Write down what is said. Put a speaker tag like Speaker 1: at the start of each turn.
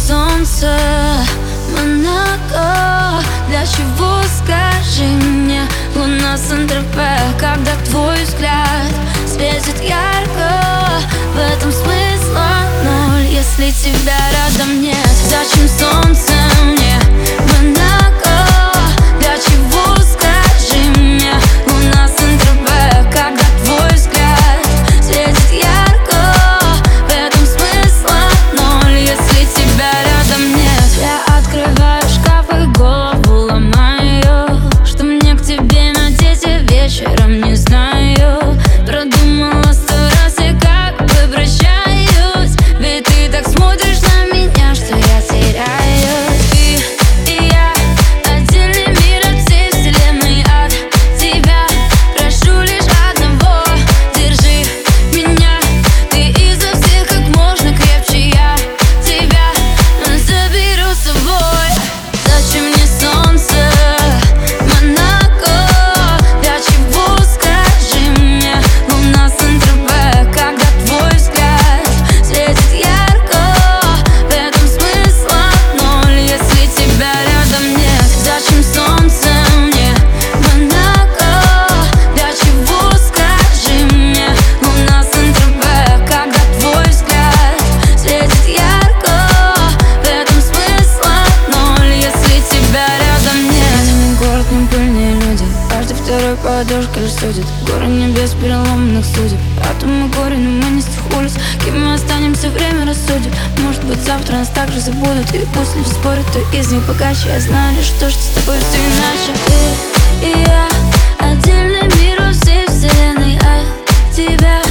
Speaker 1: солнце, Монако. Для чего, скажи мне, луна Сан-Тропе, когда твой взгляд светит ярко? В этом смысла ноль, если тебя рядом нет. Зачем солнце мне, Монако? Для чего, скажи мне, луна Сан-Тропе, когда твой взгляд светит ярко? В этом смысла ноль, если тебя рядом нет. Я открываю шкаф и голову ломаю, что мне к тебе надеть вечером, не знаю. Продумала 100 раз и как бы прощаюсь, ведь ты так смотришь на меня, что я теряюсь. Ты и я отдельный мир от всей вселенной, от тебя прошу лишь одного: держи меня, ты изо всех как можно крепче, я тебя заберу с собой. Зачем мне солнце, Монако? Для чего, скажи мне, луна Сан-Тропе, когда твой взгляд светит ярко? В этом смысла ноль, если тебя рядом нет. Зачем солнце мне, Монако? Для чего, скажи мне, луна Сан-Тропе, когда твой взгляд светит ярко? В этом смысла ноль, если тебя рядом нет. Не город, не пыльные люди, каждый второй подушка лишь судит. Горы небес переломанных судеб, атомы горе, но мы не с тех улиц. Кем мы останемся, время рассудит. Может быть, завтра нас также забудут, и пусть люди спорят, кто из них богаче. Я знаю лишь то, что с тобой все иначе. Ты и я отдельный мир во всей вселенной, от тебя